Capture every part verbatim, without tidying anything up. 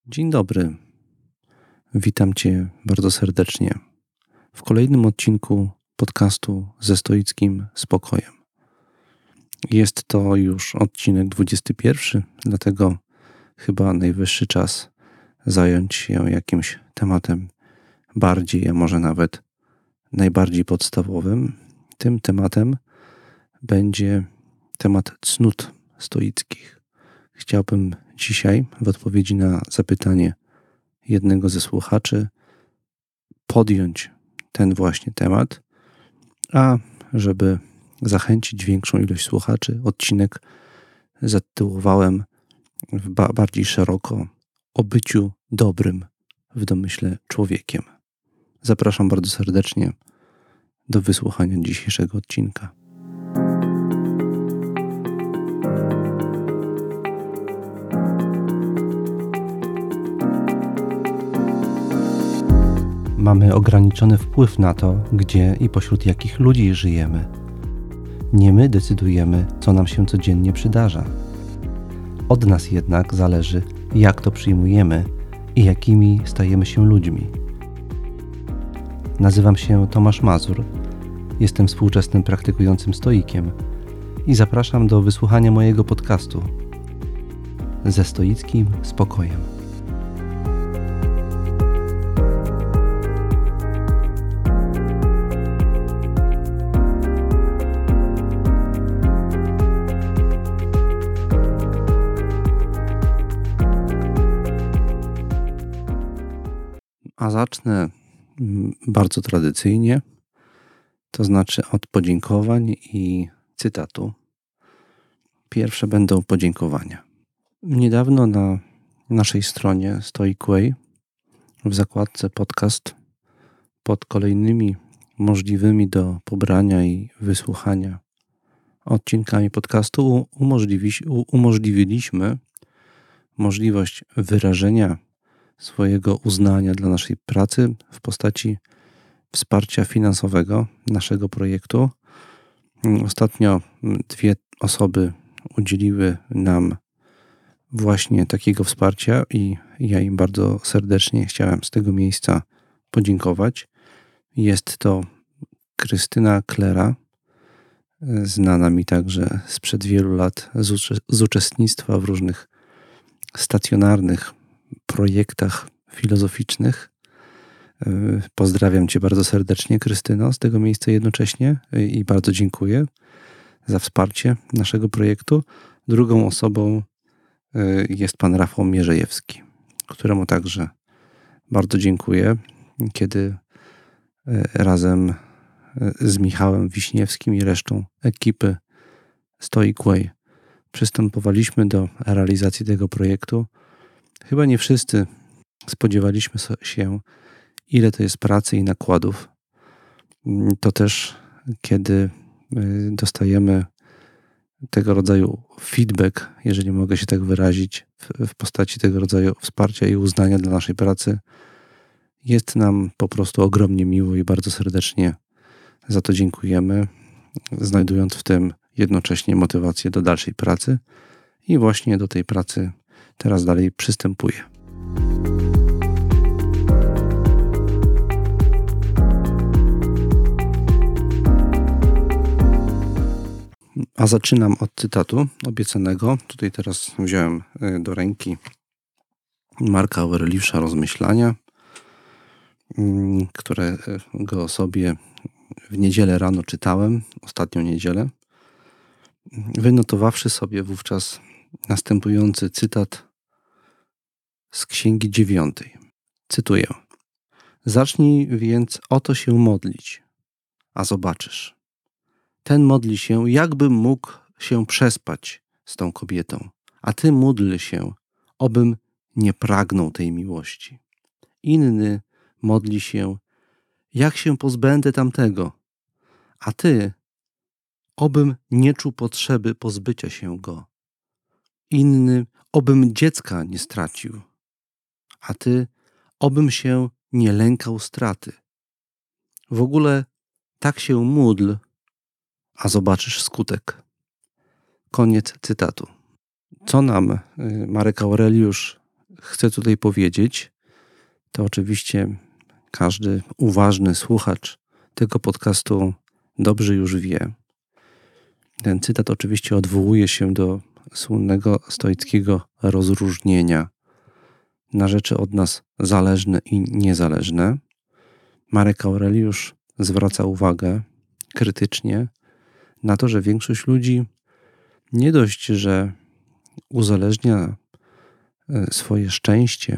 Dzień dobry. Witam Cię bardzo serdecznie w kolejnym odcinku podcastu ze stoickim spokojem. Jest to już odcinek dwudziesty pierwszy, dlatego chyba najwyższy czas zająć się jakimś tematem bardziej, a może nawet najbardziej podstawowym. Tym tematem będzie temat cnót stoickich. Chciałbym dzisiaj w odpowiedzi na zapytanie jednego ze słuchaczy podjąć ten właśnie temat, a żeby zachęcić większą ilość słuchaczy, odcinek zatytułowałem ba- bardziej szeroko o byciu dobrym w domyśle człowiekiem. Zapraszam bardzo serdecznie do wysłuchania dzisiejszego odcinka. Mamy ograniczony wpływ na to, gdzie i pośród jakich ludzi żyjemy. Nie my decydujemy, co nam się codziennie przydarza. Od nas jednak zależy, jak to przyjmujemy i jakimi stajemy się ludźmi. Nazywam się Tomasz Mazur, jestem współczesnym praktykującym stoikiem i zapraszam do wysłuchania mojego podcastu ze stoickim spokojem. A zacznę bardzo tradycyjnie, to znaczy od podziękowań i cytatu. Pierwsze będą podziękowania. Niedawno na naszej stronie Stoicway w zakładce podcast pod kolejnymi możliwymi do pobrania i wysłuchania odcinkami podcastu umożliwiliśmy możliwość wyrażenia swojego uznania dla naszej pracy w postaci wsparcia finansowego naszego projektu. Ostatnio dwie osoby udzieliły nam właśnie takiego wsparcia i ja im bardzo serdecznie chciałem z tego miejsca podziękować. Jest to Krystyna Klera, znana mi także sprzed wielu lat z, ucze- z uczestnictwa w różnych stacjonarnych projektach filozoficznych. Pozdrawiam Cię bardzo serdecznie, Krystyno, z tego miejsca jednocześnie i bardzo dziękuję za wsparcie naszego projektu. Drugą osobą jest pan Rafał Mierzejewski, któremu także bardzo dziękuję, kiedy razem z Michałem Wiśniewskim i resztą ekipy Stoicway przystępowaliśmy do realizacji tego projektu. Chyba nie wszyscy spodziewaliśmy się, ile to jest pracy i nakładów. To też, kiedy dostajemy tego rodzaju feedback, jeżeli mogę się tak wyrazić, w postaci tego rodzaju wsparcia i uznania dla naszej pracy, jest nam po prostu ogromnie miło i bardzo serdecznie za to dziękujemy, znajdując w tym jednocześnie motywację do dalszej pracy i właśnie do tej pracy teraz dalej przystępuję. A zaczynam od cytatu obiecanego. Tutaj teraz wziąłem do ręki Marka Aureliusza Rozmyślania, którego sobie w niedzielę rano czytałem, ostatnią niedzielę, wynotowawszy sobie wówczas następujący cytat z Księgi dziewiątej. Cytuję. Zacznij więc o to się modlić, a zobaczysz. Ten modli się, jakby mógł się przespać z tą kobietą, a ty módl się, obym nie pragnął tej miłości. Inny modli się, jak się pozbędę tamtego, a ty, obym nie czuł potrzeby pozbycia się go. Inny, obym dziecka nie stracił, a ty, obym się nie lękał straty. W ogóle tak się módl, a zobaczysz skutek. Koniec cytatu. Co nam Marek Aureliusz chcę tutaj powiedzieć, to oczywiście każdy uważny słuchacz tego podcastu dobrze już wie. Ten cytat oczywiście odwołuje się do słynnego stoickiego rozróżnienia na rzeczy od nas zależne i niezależne. Marek Aureliusz zwraca uwagę krytycznie na to, że większość ludzi nie dość, że uzależnia swoje szczęście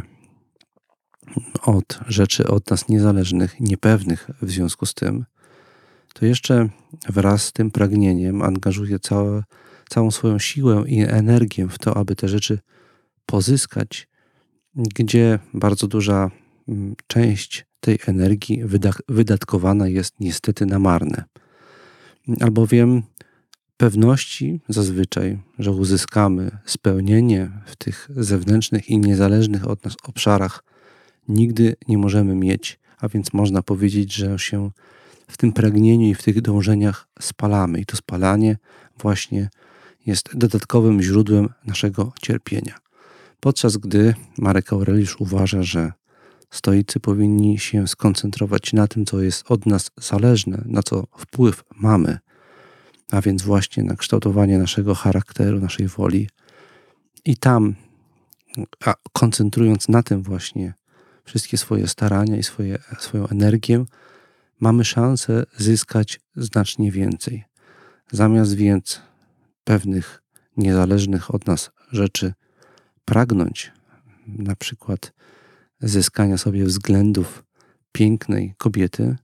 od rzeczy od nas niezależnych, niepewnych w związku z tym, to jeszcze wraz z tym pragnieniem angażuje całe, całą swoją siłę i energię w to, aby te rzeczy pozyskać, gdzie bardzo duża część tej energii wydatkowana jest niestety na marne. Albowiem pewności zazwyczaj, że uzyskamy spełnienie w tych zewnętrznych i niezależnych od nas obszarach, nigdy nie możemy mieć, a więc można powiedzieć, że się w tym pragnieniu i w tych dążeniach spalamy. I to spalanie właśnie jest dodatkowym źródłem naszego cierpienia. Podczas gdy Marek Aureliusz uważa, że stoicy powinni się skoncentrować na tym, co jest od nas zależne, na co wpływ mamy, a więc właśnie na kształtowanie naszego charakteru, naszej woli. I tam, a koncentrując na tym właśnie wszystkie swoje starania i swoje, swoją energię, mamy szansę zyskać znacznie więcej. Zamiast więc pewnych niezależnych od nas rzeczy pragnąć, na przykład zyskania sobie względów pięknej kobiety,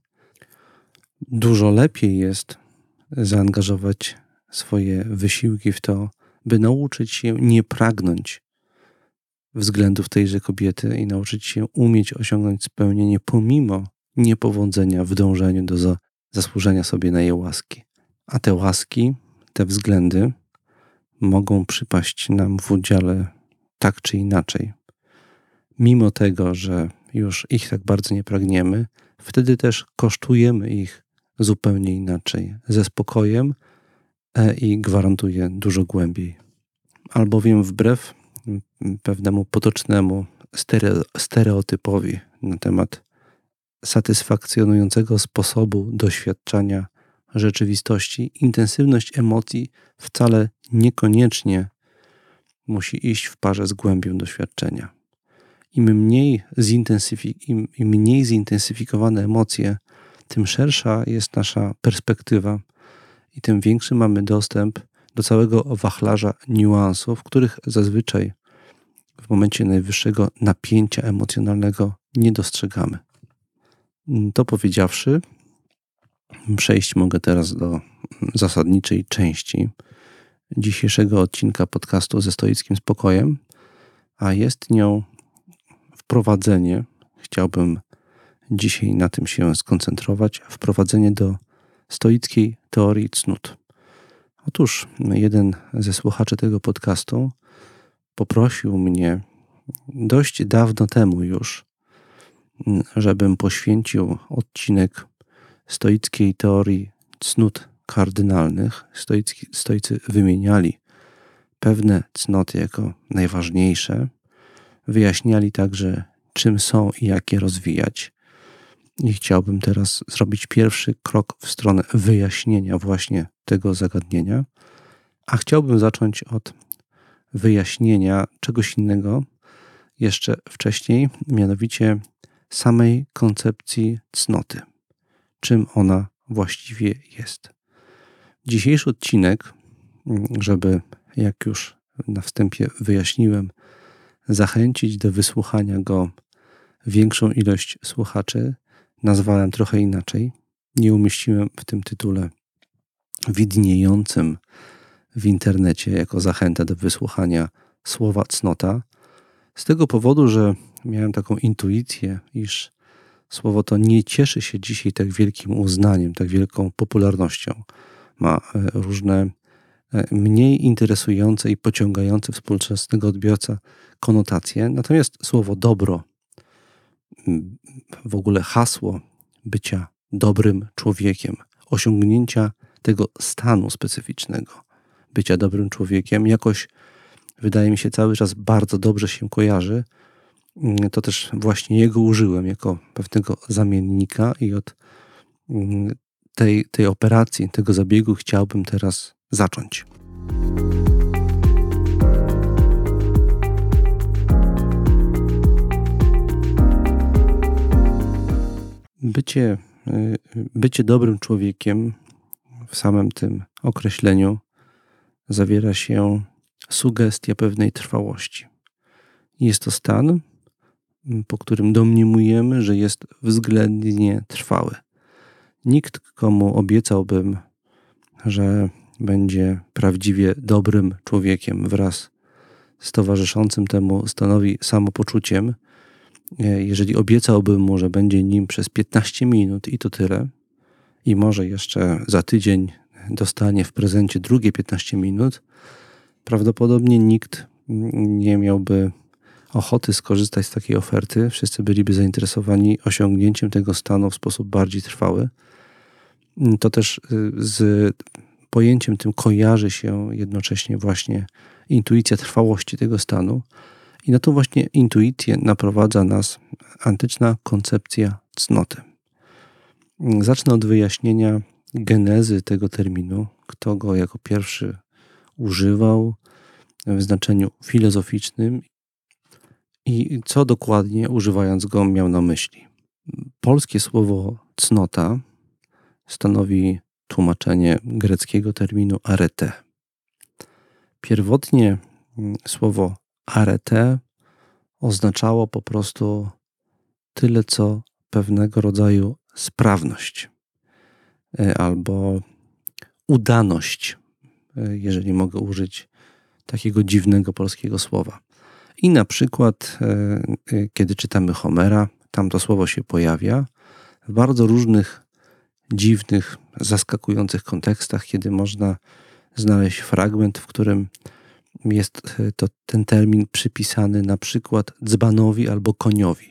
dużo lepiej jest zaangażować swoje wysiłki w to, by nauczyć się nie pragnąć względów tejże kobiety i nauczyć się umieć osiągnąć spełnienie pomimo niepowodzenia w dążeniu do za, zasłużenia sobie na jej łaski. A te łaski, te względy mogą przypaść nam w udziale tak czy inaczej. Mimo tego, że już ich tak bardzo nie pragniemy, wtedy też kosztujemy ich zupełnie inaczej, ze spokojem i gwarantuję dużo głębiej. Albowiem wbrew pewnemu potocznemu stereo, stereotypowi na temat satysfakcjonującego sposobu doświadczania rzeczywistości, intensywność emocji wcale niekoniecznie musi iść w parze z głębią doświadczenia. Im mniej, zintensyfi- im, im mniej zintensyfikowane emocje, tym szersza jest nasza perspektywa i tym większy mamy dostęp do całego wachlarza niuansów, których zazwyczaj w momencie najwyższego napięcia emocjonalnego nie dostrzegamy. To powiedziawszy, przejść mogę teraz do zasadniczej części dzisiejszego odcinka podcastu ze stoickim spokojem, a jest nią wprowadzenie, chciałbym dzisiaj na tym się skoncentrować, wprowadzenie do stoickiej teorii cnót. Otóż jeden ze słuchaczy tego podcastu poprosił mnie dość dawno temu już, żebym poświęcił odcinek stoickiej teorii cnót kardynalnych. Stoicki, stoicy wymieniali pewne cnoty jako najważniejsze. Wyjaśniali także, czym są i jak je rozwijać. I chciałbym teraz zrobić pierwszy krok w stronę wyjaśnienia właśnie tego zagadnienia. A chciałbym zacząć od wyjaśnienia czegoś innego jeszcze wcześniej, mianowicie samej koncepcji cnoty. Czym ona właściwie jest. Dzisiejszy odcinek, żeby, jak już na wstępie wyjaśniłem, zachęcić do wysłuchania go większą ilość słuchaczy, nazwałem trochę inaczej. Nie umieściłem w tym tytule widniejącym w internecie jako zachęta do wysłuchania słowa cnota. Z tego powodu, że miałem taką intuicję, iż słowo to nie cieszy się dzisiaj tak wielkim uznaniem, tak wielką popularnością. Ma różne mniej interesujące i pociągające współczesnego odbiorcę konotacje. Natomiast słowo dobro, w ogóle hasło bycia dobrym człowiekiem, osiągnięcia tego stanu specyficznego, bycia dobrym człowiekiem, jakoś wydaje mi się cały czas bardzo dobrze się kojarzy to też właśnie jego użyłem jako pewnego zamiennika i od tej, tej operacji, tego zabiegu chciałbym teraz zacząć. Bycie, bycie dobrym człowiekiem w samym tym określeniu zawiera się sugestia pewnej trwałości. Jest to stan, po którym domniemujemy, że jest względnie trwały. Nikt, komu obiecałbym, że będzie prawdziwie dobrym człowiekiem wraz z towarzyszącym temu stanowi samopoczuciem, jeżeli obiecałbym mu, że będzie nim przez piętnaście minut i to tyle, i może jeszcze za tydzień dostanie w prezencie drugie piętnaście minut, prawdopodobnie nikt nie miałby ochoty skorzystać z takiej oferty. Wszyscy byliby zainteresowani osiągnięciem tego stanu w sposób bardziej trwały. To też z pojęciem tym kojarzy się jednocześnie właśnie intuicja trwałości tego stanu. I na tą właśnie intuicję naprowadza nas antyczna koncepcja cnoty. Zacznę od wyjaśnienia genezy tego terminu, kto go jako pierwszy używał w znaczeniu filozoficznym i co dokładnie, używając go, miał na myśli. Polskie słowo cnota stanowi tłumaczenie greckiego terminu arete. Pierwotnie słowo arete oznaczało po prostu tyle, co pewnego rodzaju sprawność albo udaność, jeżeli mogę użyć takiego dziwnego polskiego słowa. I na przykład, kiedy czytamy Homera, tam to słowo się pojawia w bardzo różnych, dziwnych, zaskakujących kontekstach, kiedy można znaleźć fragment, w którym jest to ten termin przypisany na przykład dzbanowi albo koniowi.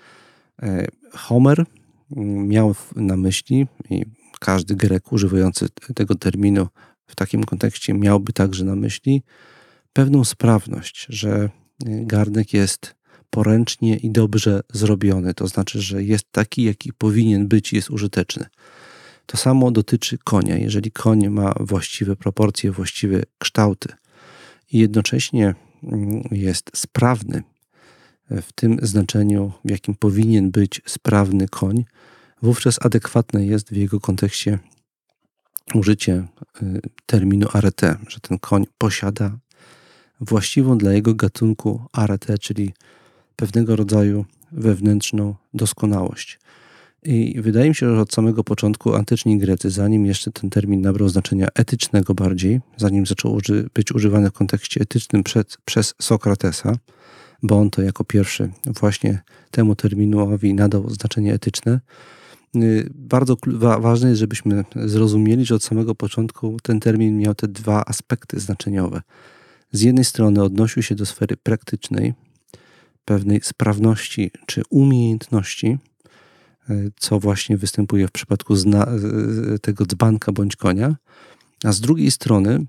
Homer miał na myśli, i każdy Grek używający tego terminu w takim kontekście miałby także na myśli pewną sprawność, że garnek jest poręcznie i dobrze zrobiony. To znaczy, że jest taki, jaki powinien być i jest użyteczny. To samo dotyczy konia. Jeżeli koń ma właściwe proporcje, właściwe kształty i jednocześnie jest sprawny w tym znaczeniu, w jakim powinien być sprawny koń, wówczas adekwatne jest w jego kontekście użycie terminu arete, że ten koń posiada właściwą dla jego gatunku arete, czyli pewnego rodzaju wewnętrzną doskonałość. I wydaje mi się, że od samego początku antyczni Grecy, zanim jeszcze ten termin nabrał znaczenia etycznego bardziej, zanim zaczął uży- być używany w kontekście etycznym przed, przez Sokratesa, bo on to jako pierwszy właśnie temu terminowi nadał znaczenie etyczne, bardzo ważne jest, żebyśmy zrozumieli, że od samego początku ten termin miał te dwa aspekty znaczeniowe. Z jednej strony odnosił się do sfery praktycznej, pewnej sprawności czy umiejętności, co właśnie występuje w przypadku zna- tego dzbanka bądź konia, a z drugiej strony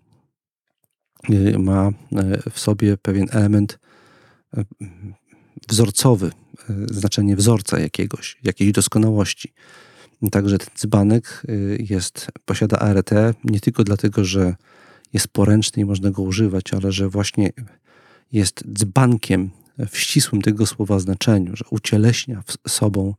ma w sobie pewien element wzorcowy, znaczenie wzorca jakiegoś, jakiejś doskonałości. Także ten dzbanek jest, posiada arete nie tylko dlatego, że jest poręczny i można go używać, ale że właśnie jest dzbankiem w ścisłym tego słowa znaczeniu, że ucieleśnia w sobą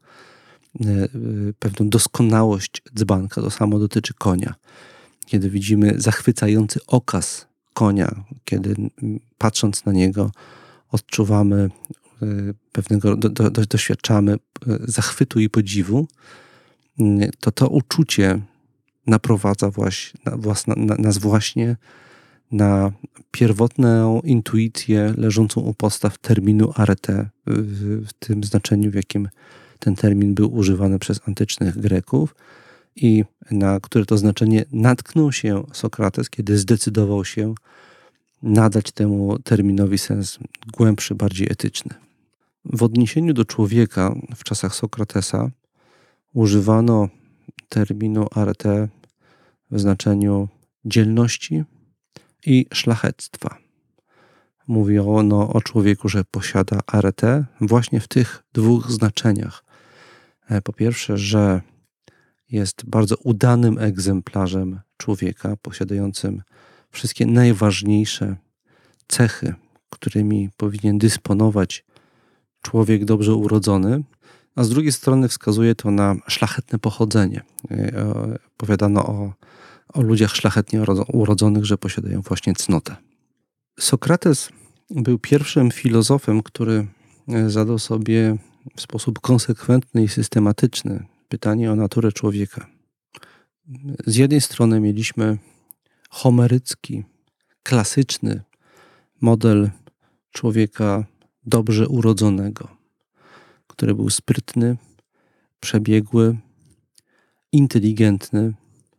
pewną doskonałość dzbanka. To samo dotyczy konia. Kiedy widzimy zachwycający okaz konia, kiedy patrząc na niego odczuwamy pewnego, do, do, doświadczamy zachwytu i podziwu, to to uczucie naprowadza właśnie, na, na, nas właśnie na pierwotną intuicję leżącą u podstaw terminu arete w, w tym znaczeniu, w jakim ten termin był używany przez antycznych Greków i na które to znaczenie natknął się Sokrates, kiedy zdecydował się nadać temu terminowi sens głębszy, bardziej etyczny. W odniesieniu do człowieka w czasach Sokratesa używano terminu arete w znaczeniu dzielności i szlachectwa. mówiono o człowieku, że posiada aretę właśnie w tych dwóch znaczeniach. Po pierwsze, że jest bardzo udanym egzemplarzem człowieka, posiadającym wszystkie najważniejsze cechy, którymi powinien dysponować człowiek dobrze urodzony, a z drugiej strony wskazuje to na szlachetne pochodzenie. Powiadano o, o ludziach szlachetnie urodzonych, że posiadają właśnie cnotę. Sokrates był pierwszym filozofem, który zadał sobie w sposób konsekwentny i systematyczny pytanie o naturę człowieka. Z jednej strony mieliśmy homerycki, klasyczny model człowieka dobrze urodzonego, który był sprytny, przebiegły, inteligentny,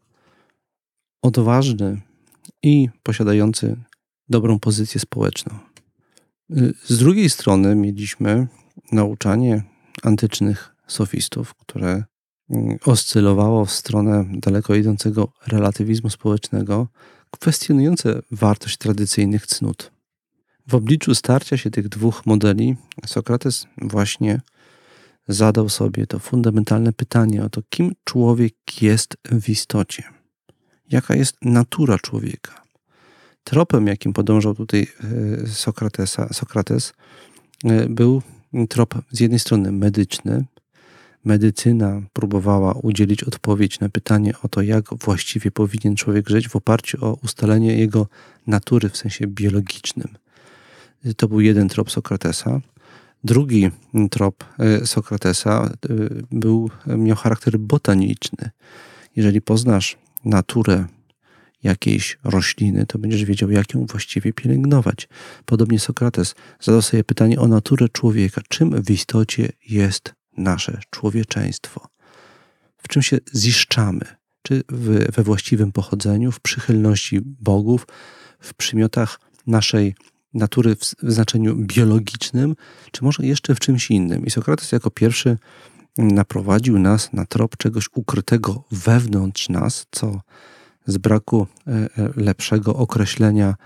odważny i posiadający dobrą pozycję społeczną. Z drugiej strony mieliśmy nauczanie antycznych sofistów, które oscylowało w stronę daleko idącego relatywizmu społecznego, kwestionujące wartość tradycyjnych cnót. W obliczu starcia się tych dwóch modeli Sokrates właśnie zadał sobie to fundamentalne pytanie o to, kim człowiek jest w istocie. Jaka jest natura człowieka. Tropem, jakim podążał tutaj Sokratesa, Sokrates, był trop z jednej strony medyczny. Medycyna próbowała udzielić odpowiedź na pytanie o to, jak właściwie powinien człowiek żyć w oparciu o ustalenie jego natury w sensie biologicznym. To był jeden trop Sokratesa. Drugi trop Sokratesa był, miał charakter botaniczny. Jeżeli poznasz naturę jakiejś rośliny, to będziesz wiedział, jak ją właściwie pielęgnować. Podobnie Sokrates zadał sobie pytanie o naturę człowieka. Czym w istocie jest nasze człowieczeństwo? W czym się ziszczamy? Czy w, we właściwym pochodzeniu, w przychylności bogów, w przymiotach naszej natury w, w znaczeniu biologicznym, czy może jeszcze w czymś innym? I Sokrates jako pierwszy naprowadził nas na trop czegoś ukrytego wewnątrz nas, co z braku lepszego określenia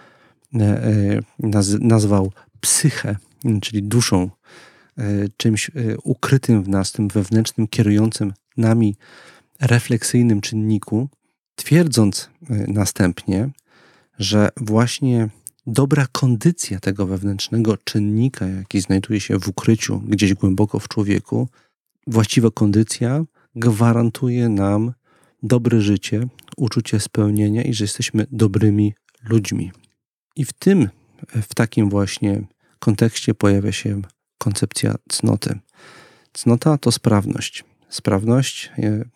nazwał psychę, czyli duszą, czymś ukrytym w nas, tym wewnętrznym, kierującym nami refleksyjnym czynniku, twierdząc następnie, że właśnie dobra kondycja tego wewnętrznego czynnika, jaki znajduje się w ukryciu gdzieś głęboko w człowieku, właściwa kondycja gwarantuje nam dobre życie, uczucie spełnienia i że jesteśmy dobrymi ludźmi. I w tym, w takim właśnie kontekście pojawia się koncepcja cnoty. Cnota to sprawność. Sprawność,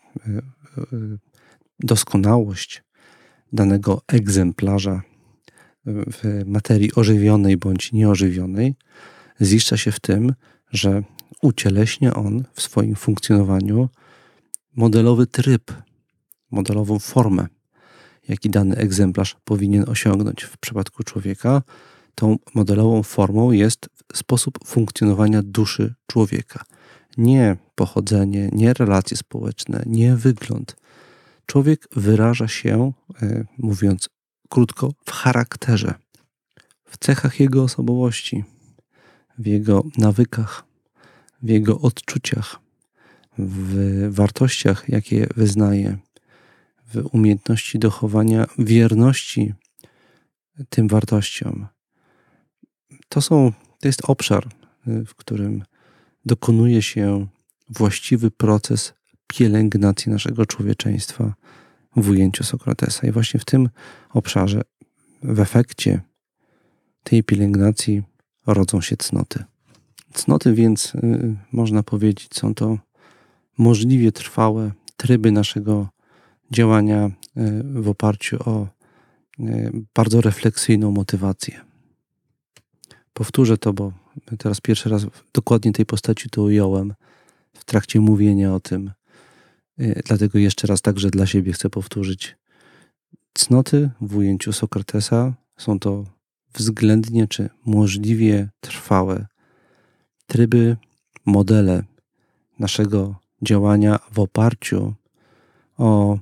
doskonałość danego egzemplarza w materii ożywionej bądź nieożywionej ziszcza się w tym, że ucieleśnia on w swoim funkcjonowaniu modelowy tryb, modelową formę, jaki dany egzemplarz powinien osiągnąć. W przypadku człowieka tą modelową formą jest sposób funkcjonowania duszy człowieka. Nie pochodzenie, nie relacje społeczne, nie wygląd. Człowiek wyraża się, mówiąc krótko, w charakterze, w cechach jego osobowości, w jego nawykach, w jego odczuciach, w wartościach, jakie wyznaje, w umiejętności dochowania wierności tym wartościom. To są, to jest obszar, w którym dokonuje się właściwy proces pielęgnacji naszego człowieczeństwa w ujęciu Sokratesa. I właśnie w tym obszarze, w efekcie tej pielęgnacji rodzą się cnoty. Cnoty więc, y, można powiedzieć, są to możliwie trwałe tryby naszego działania y, w oparciu o y, bardzo refleksyjną motywację. Powtórzę to, bo teraz pierwszy raz dokładnie tej postaci to ująłem w trakcie mówienia o tym. Y, dlatego jeszcze raz także dla siebie chcę powtórzyć. Cnoty w ujęciu Sokratesa są to względnie czy możliwie trwałe tryby, modele naszego działania w oparciu o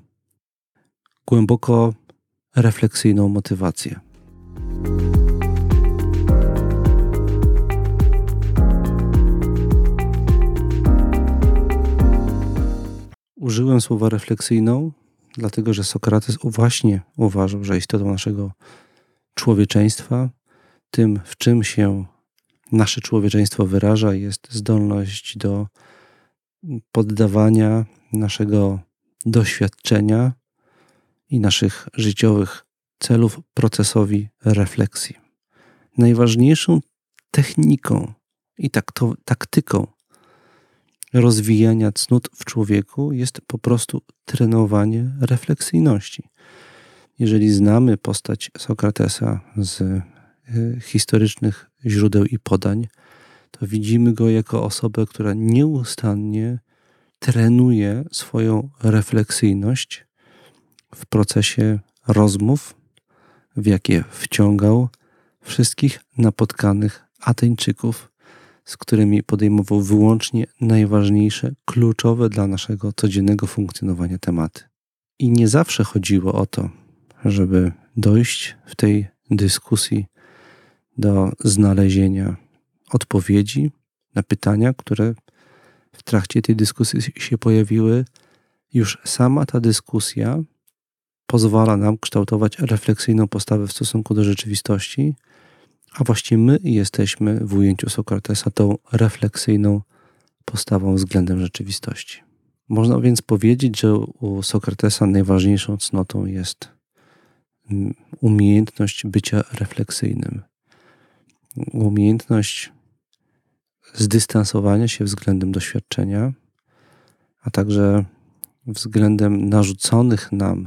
głęboko refleksyjną motywację. użyłem słowa refleksyjną, dlatego że Sokrates właśnie uważał, że istotą naszego człowieczeństwa, tym, w czym się nasze człowieczeństwo wyraża, jest zdolność do poddawania naszego doświadczenia i naszych życiowych celów procesowi refleksji. Najważniejszą techniką i takto, taktyką rozwijania cnót w człowieku jest po prostu trenowanie refleksyjności. Jeżeli znamy postać Sokratesa z y, historycznych źródeł i podań, to widzimy go jako osobę, która nieustannie trenuje swoją refleksyjność w procesie rozmów, w jakie wciągał wszystkich napotkanych Ateńczyków, z którymi podejmował wyłącznie najważniejsze, kluczowe dla naszego codziennego funkcjonowania tematy. I nie zawsze chodziło o to, żeby dojść w tej dyskusji do znalezienia odpowiedzi na pytania, które w trakcie tej dyskusji się pojawiły. Już sama ta dyskusja pozwala nam kształtować refleksyjną postawę w stosunku do rzeczywistości, a właściwie my jesteśmy w ujęciu Sokratesa tą refleksyjną postawą względem rzeczywistości. Można więc powiedzieć, że u Sokratesa najważniejszą cnotą jest umiejętność bycia refleksyjnym. Umiejętność zdystansowania się względem doświadczenia, a także względem narzuconych nam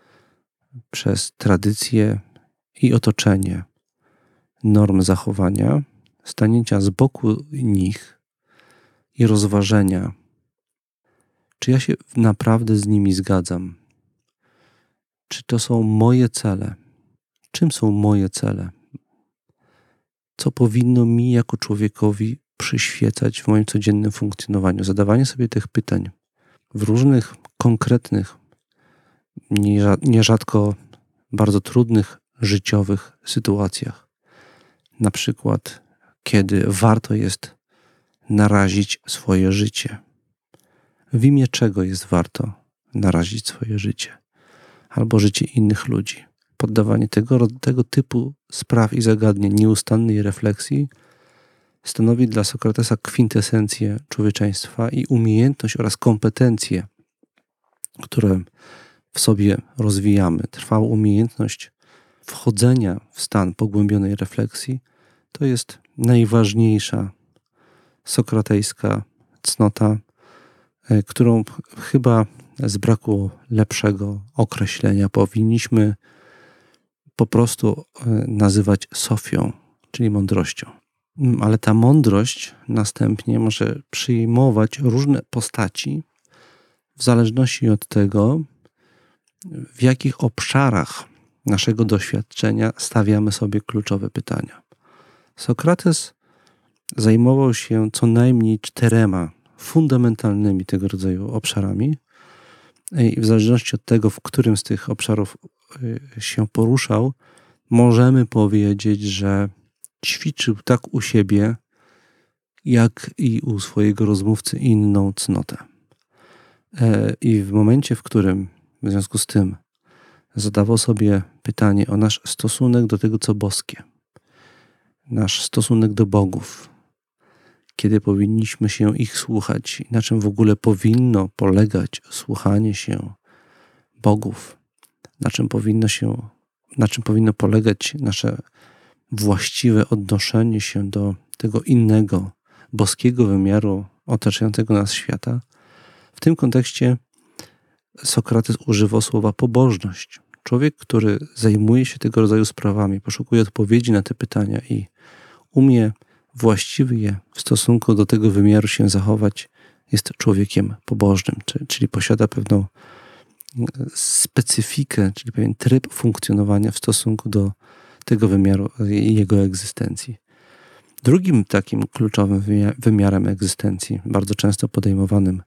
przez tradycję i otoczenie norm zachowania, stanięcia z boku nich i rozważenia, czy ja się naprawdę z nimi zgadzam, czy to są moje cele, czym są moje cele, co powinno mi jako człowiekowi przyświecać w moim codziennym funkcjonowaniu. Zadawanie sobie tych pytań w różnych konkretnych, nierzadko bardzo trudnych życiowych sytuacjach. Na przykład, kiedy warto jest narazić swoje życie. W imię czego jest warto narazić swoje życie? Albo życie innych ludzi. Poddawanie tego, tego typu spraw i zagadnień nieustannej refleksji stanowi dla Sokratesa kwintesencję człowieczeństwa i umiejętność oraz kompetencje, które w sobie rozwijamy. Trwała umiejętność wchodzenia w stan pogłębionej refleksji to jest najważniejsza sokratejska cnota, którą chyba z braku lepszego określenia powinniśmy po prostu nazywać sofią, czyli mądrością. Ale ta mądrość następnie może przyjmować różne postaci w zależności od tego, w jakich obszarach naszego doświadczenia stawiamy sobie kluczowe pytania. Sokrates zajmował się co najmniej czterema fundamentalnymi tego rodzaju obszarami i w zależności od tego, w którym z tych obszarów się poruszał, możemy powiedzieć, że ćwiczył tak u siebie, jak i u swojego rozmówcy inną cnotę. I w momencie, w którym w związku z tym zadawał sobie pytanie o nasz stosunek do tego, co boskie, nasz stosunek do bogów, kiedy powinniśmy się ich słuchać i na czym w ogóle powinno polegać słuchanie się bogów, na czym powinno się, na czym powinno polegać nasze właściwe odnoszenie się do tego innego, boskiego wymiaru otaczającego nas świata. W tym kontekście Sokrates używał słowa pobożność. Człowiek, który zajmuje się tego rodzaju sprawami, poszukuje odpowiedzi na te pytania i umie właściwie w stosunku do tego wymiaru się zachować, jest człowiekiem pobożnym, czyli posiada pewną specyfikę, czyli pewien tryb funkcjonowania w stosunku do tego wymiaru i jego egzystencji. Drugim takim kluczowym wymiarem egzystencji, bardzo często podejmowanym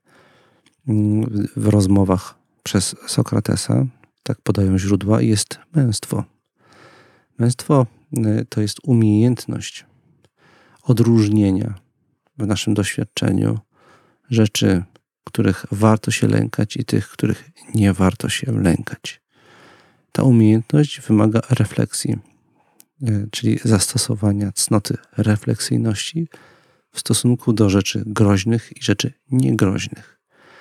w rozmowach przez Sokratesa, tak podają źródła, jest męstwo. Męstwo to jest umiejętność odróżnienia w naszym doświadczeniu rzeczy których warto się lękać i tych, których nie warto się lękać. Ta umiejętność wymaga refleksji, czyli zastosowania cnoty refleksyjności w stosunku do rzeczy groźnych i rzeczy niegroźnych.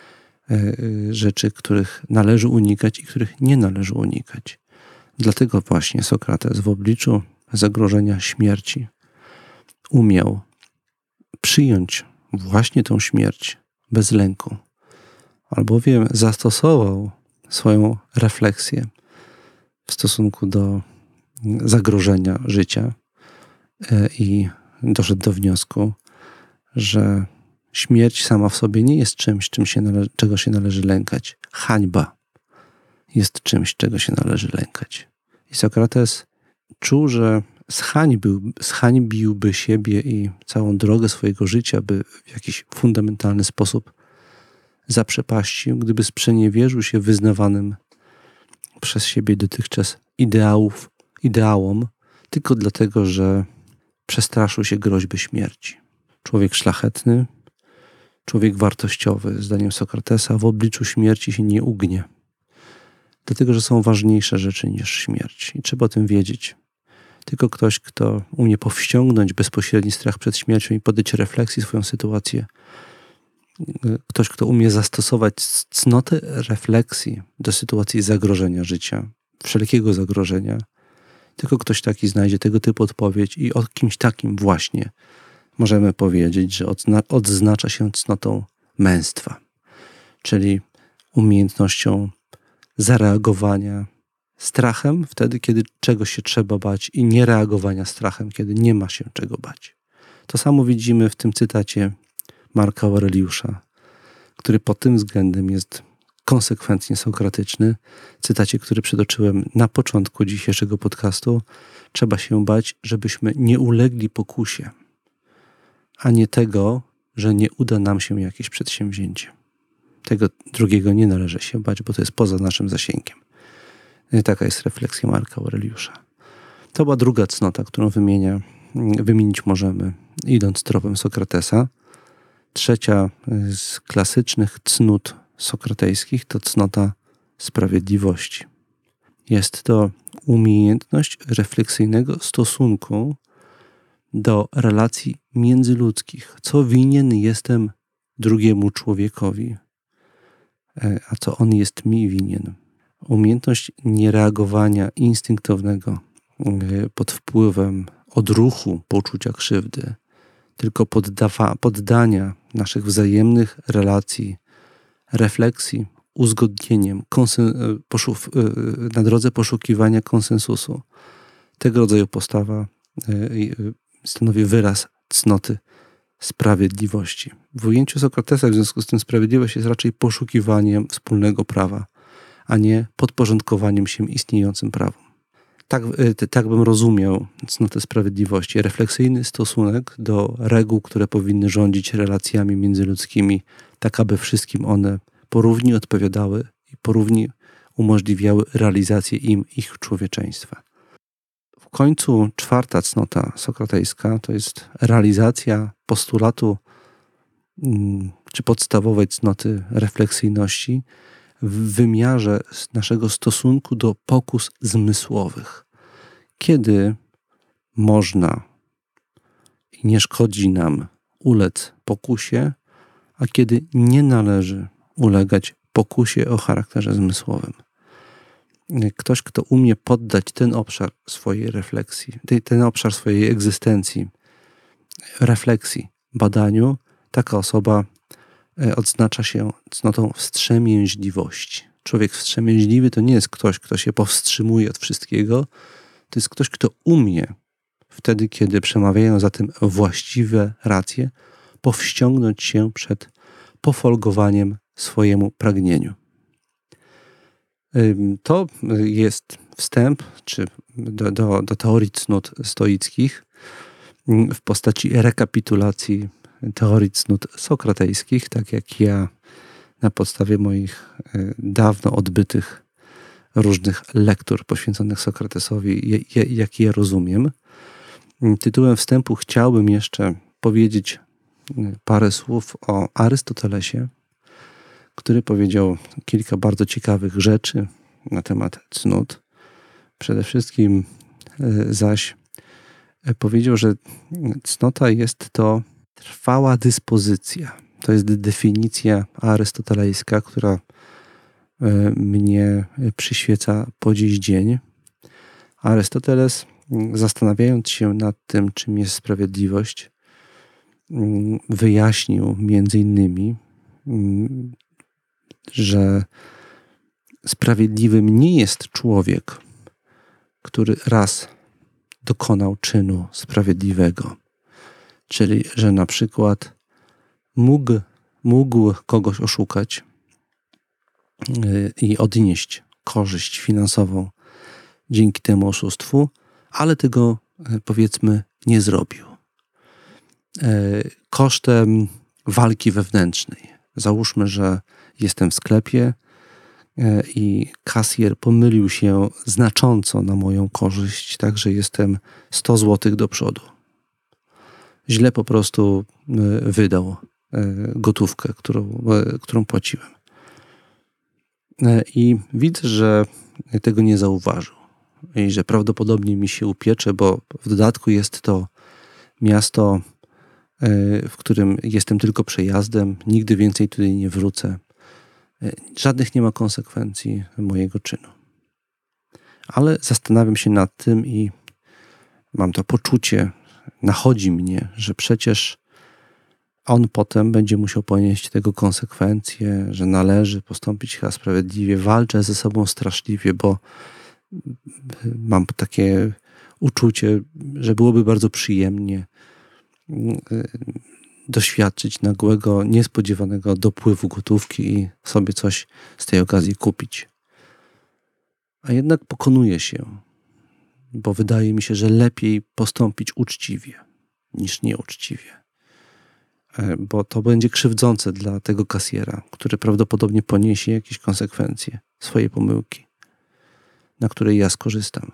Rzeczy, których należy unikać i których nie należy unikać. Dlatego właśnie Sokrates w obliczu zagrożenia śmierci umiał przyjąć właśnie tą śmierć bez lęku, albowiem zastosował swoją refleksję w stosunku do zagrożenia życia i doszedł do wniosku, że śmierć sama w sobie nie jest czymś, czym się nale- czego się należy lękać. Hańba jest czymś, czego się należy lękać. I Sokrates czuł, że zhańbił, zhańbiłby siebie i całą drogę swojego życia, by w jakiś fundamentalny sposób zaprzepaścił, gdyby sprzeniewierzył się wyznawanym przez siebie dotychczas ideałów, ideałom, tylko dlatego, że przestraszył się groźby śmierci. Człowiek szlachetny, człowiek wartościowy, zdaniem Sokratesa, w obliczu śmierci się nie ugnie. Dlatego, że są ważniejsze rzeczy niż śmierć. I trzeba o tym wiedzieć. Tylko ktoś, kto umie powściągnąć bezpośredni strach przed śmiercią i podjąć refleksji swoją sytuację, ktoś, kto umie zastosować cnotę refleksji do sytuacji zagrożenia życia, wszelkiego zagrożenia, tylko ktoś taki znajdzie tego typu odpowiedź i o kimś takim właśnie możemy powiedzieć, że odzna- odznacza się cnotą męstwa, czyli umiejętnością zareagowania strachem wtedy, kiedy czegoś się trzeba bać i nie reagowania strachem, kiedy nie ma się czego bać. To samo widzimy w tym cytacie Marka Aureliusza, który pod tym względem jest konsekwentnie sokratyczny. Cytacie, który przytoczyłem na początku dzisiejszego podcastu. Trzeba się bać, żebyśmy nie ulegli pokusie, a nie tego, że nie uda nam się jakieś przedsięwzięcie. Tego drugiego nie należy się bać, bo to jest poza naszym zasięgiem. I taka jest refleksja Marka Aureliusza. To była druga cnota, którą wymienia, wymienić możemy, idąc tropem Sokratesa. Trzecia z klasycznych cnót sokratejskich to cnota sprawiedliwości. Jest to umiejętność refleksyjnego stosunku do relacji międzyludzkich. Co winien jestem drugiemu człowiekowi, a co on jest mi winien. Umiejętność niereagowania instynktownego pod wpływem odruchu poczucia krzywdy, tylko poddawa, poddania naszych wzajemnych relacji, refleksji, uzgodnieniem, konsen- poszuf- na drodze poszukiwania konsensusu. Tego rodzaju postawa stanowi wyraz cnoty sprawiedliwości. W ujęciu Sokratesa w związku z tym sprawiedliwość jest raczej poszukiwaniem wspólnego prawa, a nie podporządkowaniem się istniejącym prawom. Tak, tak bym rozumiał cnotę sprawiedliwości. Refleksyjny stosunek do reguł, które powinny rządzić relacjami międzyludzkimi, tak aby wszystkim one porówni odpowiadały i porówni umożliwiały realizację im ich człowieczeństwa. W końcu czwarta cnota sokratejska to jest realizacja postulatu czy podstawowej cnoty refleksyjności w wymiarze naszego stosunku do pokus zmysłowych. Kiedy można i nie szkodzi nam ulec pokusie, a kiedy nie należy ulegać pokusie o charakterze zmysłowym. Ktoś, kto umie poddać ten obszar swojej refleksji, ten obszar swojej egzystencji, refleksji, badaniu, taka osoba odznacza się cnotą wstrzemięźliwości. Człowiek wstrzemięźliwy to nie jest ktoś, kto się powstrzymuje od wszystkiego, to jest ktoś, kto umie wtedy, kiedy przemawiają za tym właściwe racje, powściągnąć się przed pofolgowaniem swojemu pragnieniu. To jest wstęp czy do, do, do teorii cnót stoickich w postaci rekapitulacji teorii cnót sokratejskich, tak jak ja na podstawie moich dawno odbytych różnych lektur poświęconych Sokratesowi, jak je rozumiem. Tytułem wstępu chciałbym jeszcze powiedzieć parę słów o Arystotelesie, który powiedział kilka bardzo ciekawych rzeczy na temat cnót. Przede wszystkim zaś powiedział, że cnota jest to trwała dyspozycja. To jest definicja arystotelejska, która mnie przyświeca po dziś dzień. Arystoteles, zastanawiając się nad tym, czym jest sprawiedliwość, wyjaśnił między innymi, że sprawiedliwym nie jest człowiek, który raz dokonał czynu sprawiedliwego. Czyli, że na przykład mógł, mógł kogoś oszukać i odnieść korzyść finansową dzięki temu oszustwu, ale tego, powiedzmy, nie zrobił. Kosztem walki wewnętrznej. Załóżmy, że jestem w sklepie i kasjer pomylił się znacząco na moją korzyść, tak że jestem sto złotych do przodu. Źle po prostu wydał gotówkę, którą, którą płaciłem. I widzę, że tego nie zauważył i że prawdopodobnie mi się upiecze, bo w dodatku jest to miasto, w którym jestem tylko przejazdem, nigdy więcej tutaj nie wrócę. Żadnych nie ma konsekwencji mojego czynu. Ale zastanawiam się nad tym i mam to poczucie, nachodzi mnie, że przecież on potem będzie musiał ponieść tego konsekwencje, że należy postąpić chyba sprawiedliwie. Walczę ze sobą straszliwie, bo mam takie uczucie, że byłoby bardzo przyjemnie doświadczyć nagłego, niespodziewanego dopływu gotówki i sobie coś z tej okazji kupić. A jednak pokonuję się, bo wydaje mi się, że lepiej postąpić uczciwie niż nieuczciwie. Bo to będzie krzywdzące dla tego kasjera, który prawdopodobnie poniesie jakieś konsekwencje swojej pomyłki, na której ja skorzystam.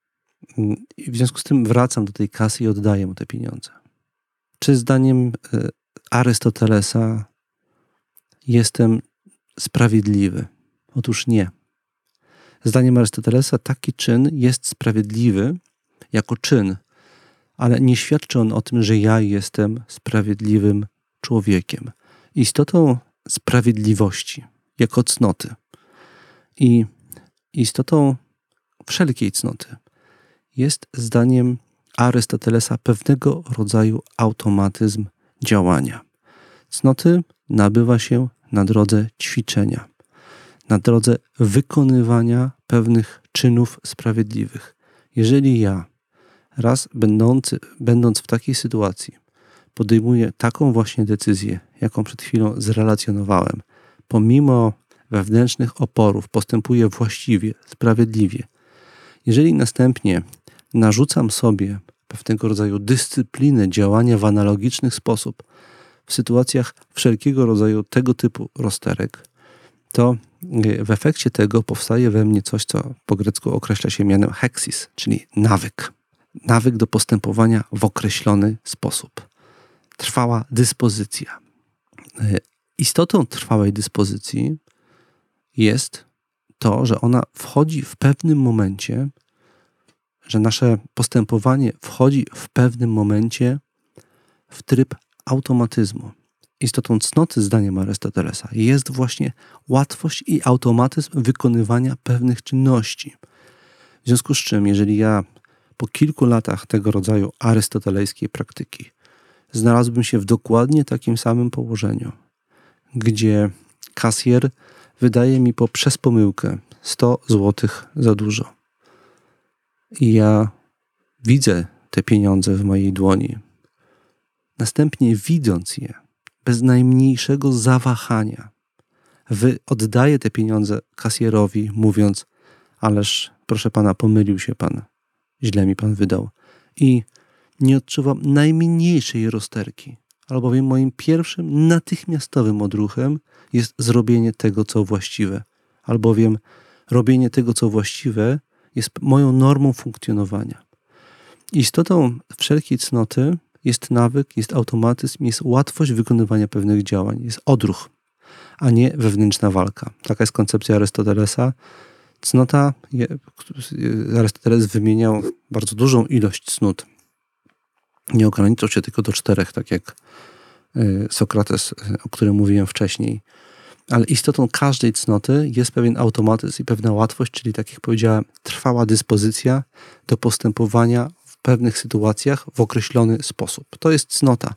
I w związku z tym wracam do tej kasy i oddaję mu te pieniądze. Czy zdaniem Arystotelesa jestem sprawiedliwy? Otóż nie. Zdaniem Arystotelesa taki czyn jest sprawiedliwy jako czyn, ale nie świadczy on o tym, że ja jestem sprawiedliwym człowiekiem. Istotą sprawiedliwości jako cnoty i istotą wszelkiej cnoty jest zdaniem Arystotelesa pewnego rodzaju automatyzm działania. Cnoty nabywa się na drodze ćwiczenia, na drodze wykonywania pewnych czynów sprawiedliwych. Jeżeli ja raz będący, będąc w takiej sytuacji podejmuję taką właśnie decyzję, jaką przed chwilą zrelacjonowałem, pomimo wewnętrznych oporów postępuję właściwie, sprawiedliwie, jeżeli następnie narzucam sobie pewnego rodzaju dyscyplinę działania w analogiczny sposób w sytuacjach wszelkiego rodzaju tego typu rozterek, to w efekcie tego powstaje we mnie coś, co po grecku określa się mianem heksis, czyli nawyk. Nawyk do postępowania w określony sposób. Trwała dyspozycja. Istotą trwałej dyspozycji jest to, że ona wchodzi w pewnym momencie, że nasze postępowanie wchodzi w pewnym momencie w tryb automatyzmu. Istotą cnoty, zdaniem Arystotelesa, jest właśnie łatwość i automatyzm wykonywania pewnych czynności. W związku z czym, jeżeli ja po kilku latach tego rodzaju arystotelejskiej praktyki znalazłbym się w dokładnie takim samym położeniu, gdzie kasjer wydaje mi po przez pomyłkę sto złotych za dużo i ja widzę te pieniądze w mojej dłoni, następnie widząc je bez najmniejszego zawahania, wy oddaję te pieniądze kasjerowi, mówiąc: ależ proszę pana, pomylił się pan, źle mi pan wydał. I nie odczuwam najmniejszej rozterki, albowiem moim pierwszym natychmiastowym odruchem jest zrobienie tego, co właściwe, albowiem robienie tego, co właściwe jest moją normą funkcjonowania. Istotą wszelkiej cnoty jest nawyk, jest automatyzm, jest łatwość wykonywania pewnych działań, jest odruch. a nie wewnętrzna walka. Taka jest koncepcja Arystotelesa. Cnota, Arystoteles wymieniał bardzo dużą ilość cnót. Nie ograniczał się tylko do czterech, tak jak Sokrates, o którym mówiłem wcześniej. Ale istotą każdej cnoty jest pewien automatyzm i pewna łatwość, czyli tak jak powiedziałem, trwała dyspozycja do postępowania w pewnych sytuacjach w określony sposób. To jest cnota.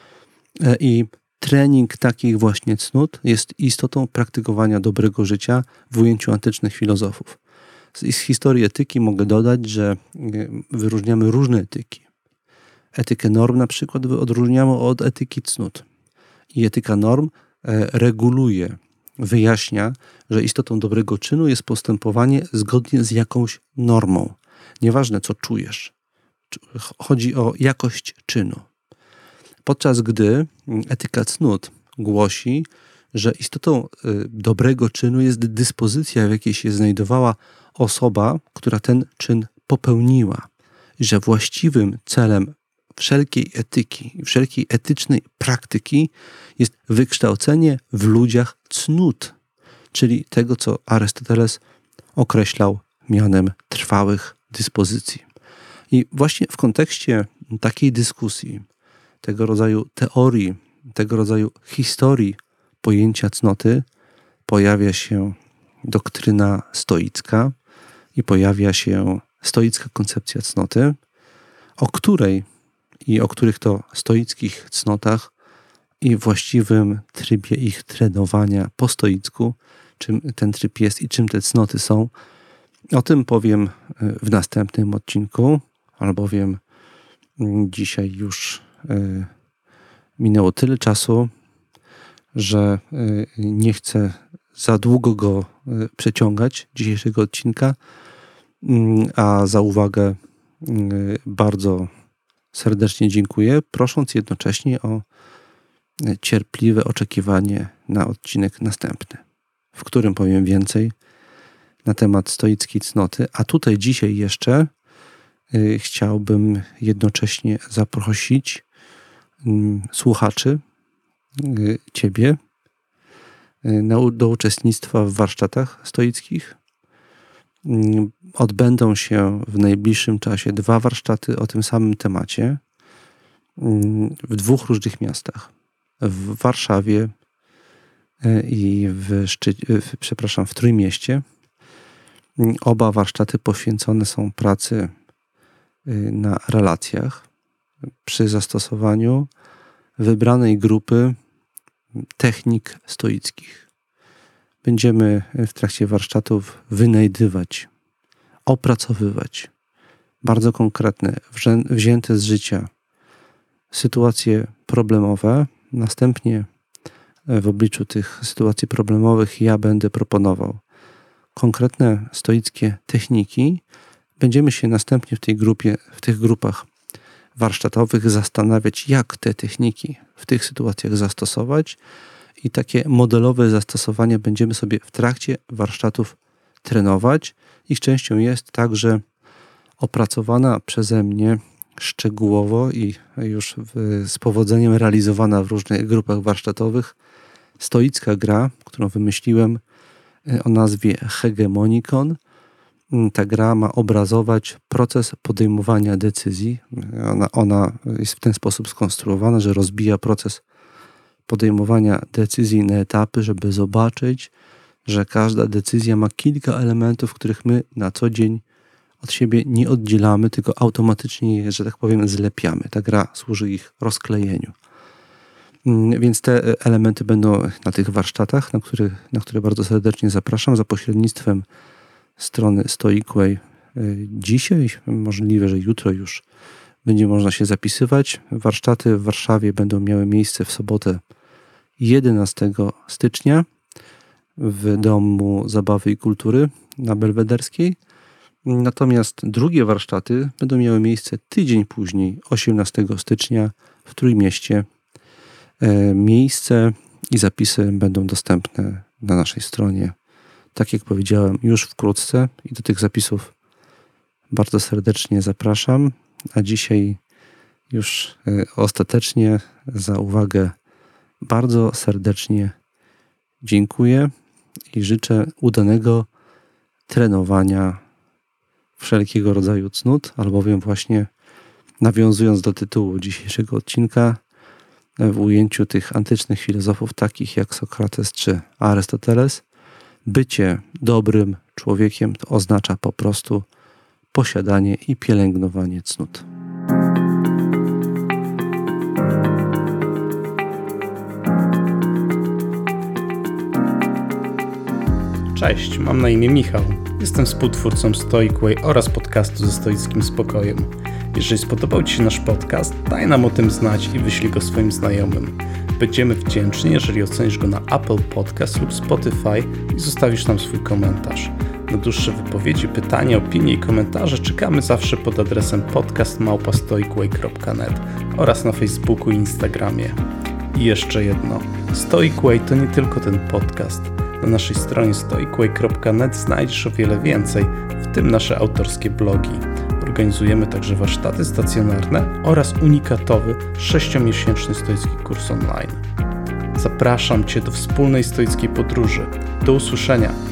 I trening takich właśnie cnót jest istotą praktykowania dobrego życia w ujęciu antycznych filozofów. Z historii etyki mogę dodać, że wyróżniamy różne etyki. Etykę norm na przykład odróżniamy od etyki cnót. I etyka norm reguluje, wyjaśnia, że istotą dobrego czynu jest postępowanie zgodnie z jakąś normą. Nieważne, co czujesz. Chodzi o jakość czynu. Podczas gdy etyka cnót głosi, że istotą dobrego czynu jest dyspozycja, w jakiej się znajdowała osoba, która ten czyn popełniła. I że właściwym celem wszelkiej etyki, wszelkiej etycznej praktyki jest wykształcenie w ludziach cnót, czyli tego, co Arystoteles określał mianem trwałych dyspozycji. I właśnie w kontekście takiej dyskusji, tego rodzaju teorii, tego rodzaju historii pojęcia cnoty pojawia się doktryna stoicka i pojawia się stoicka koncepcja cnoty, o której i o których to stoickich cnotach i właściwym trybie ich trenowania po stoicku, czym ten tryb jest i czym te cnoty są. O tym powiem w następnym odcinku, albowiem dzisiaj już minęło tyle czasu, że nie chcę za długo go przeciągać, dzisiejszego odcinka, a za uwagę bardzo serdecznie dziękuję, prosząc jednocześnie o cierpliwe oczekiwanie na odcinek następny, w którym powiem więcej na temat stoickiej cnoty, a tutaj dzisiaj jeszcze chciałbym jednocześnie zaprosić słuchaczy, Ciebie, do uczestnictwa w warsztatach stoickich. Odbędą się w najbliższym czasie dwa warsztaty o tym samym temacie w dwóch różnych miastach. W Warszawie i w, Szczy- w, przepraszam, w Trójmieście. Oba warsztaty poświęcone są pracy na relacjach przy zastosowaniu wybranej grupy technik stoickich. Będziemy w trakcie warsztatów wynajdywać, opracowywać bardzo konkretne, wzięte z życia sytuacje problemowe. Następnie w obliczu tych sytuacji problemowych ja będę proponował konkretne stoickie techniki. Będziemy się następnie w tej grupie, w tych grupach warsztatowych zastanawiać, jak te techniki w tych sytuacjach zastosować i takie modelowe zastosowania będziemy sobie w trakcie warsztatów trenować. Ich częścią jest także opracowana przeze mnie szczegółowo i już w, z powodzeniem realizowana w różnych grupach warsztatowych stoicka gra, którą wymyśliłem o nazwie Hegemonikon. Ta gra ma obrazować proces podejmowania decyzji. Ona, ona jest w ten sposób skonstruowana, że rozbija proces podejmowania decyzji na etapy, żeby zobaczyć, że każda decyzja ma kilka elementów, których my na co dzień od siebie nie oddzielamy, tylko automatycznie je, że tak powiem, zlepiamy. Ta gra służy ich rozklejeniu. Więc te elementy będą na tych warsztatach, na które, na które bardzo serdecznie zapraszam, za pośrednictwem strony Stoicway. Dzisiaj, możliwe, że jutro już będzie można się zapisywać. Warsztaty w Warszawie będą miały miejsce w sobotę jedenastego stycznia w Domu Zabawy i Kultury na Belwederskiej. Natomiast drugie warsztaty będą miały miejsce tydzień później, osiemnastego stycznia w Trójmieście. Miejsce i zapisy będą dostępne na naszej stronie. Tak jak powiedziałem, już wkrótce i do tych zapisów bardzo serdecznie zapraszam. A dzisiaj już ostatecznie za uwagę bardzo serdecznie dziękuję i życzę udanego trenowania wszelkiego rodzaju cnót, albowiem właśnie nawiązując do tytułu dzisiejszego odcinka, w ujęciu tych antycznych filozofów takich jak Sokrates czy Arystoteles, bycie dobrym człowiekiem to oznacza po prostu posiadanie i pielęgnowanie cnót. Cześć, mam na imię Michał. Jestem współtwórcą Stoic Way oraz podcastu ze stoickim spokojem. Jeżeli spodobał Ci się nasz podcast, daj nam o tym znać i wyślij go swoim znajomym. Będziemy wdzięczni, jeżeli ocenisz go na Apple Podcast lub Spotify i zostawisz nam swój komentarz. Na dłuższe wypowiedzi, pytania, opinie i komentarze czekamy zawsze pod adresem podcast małpa stoicway kropka net oraz na Facebooku i Instagramie. I jeszcze jedno. Stoic Way to nie tylko ten podcast. Na naszej stronie stoicway kropka net znajdziesz o wiele więcej, w tym nasze autorskie blogi. Organizujemy także warsztaty stacjonarne oraz unikatowy sześciomiesięczny stoicki kurs online. Zapraszam Cię do wspólnej stoickiej podróży. Do usłyszenia!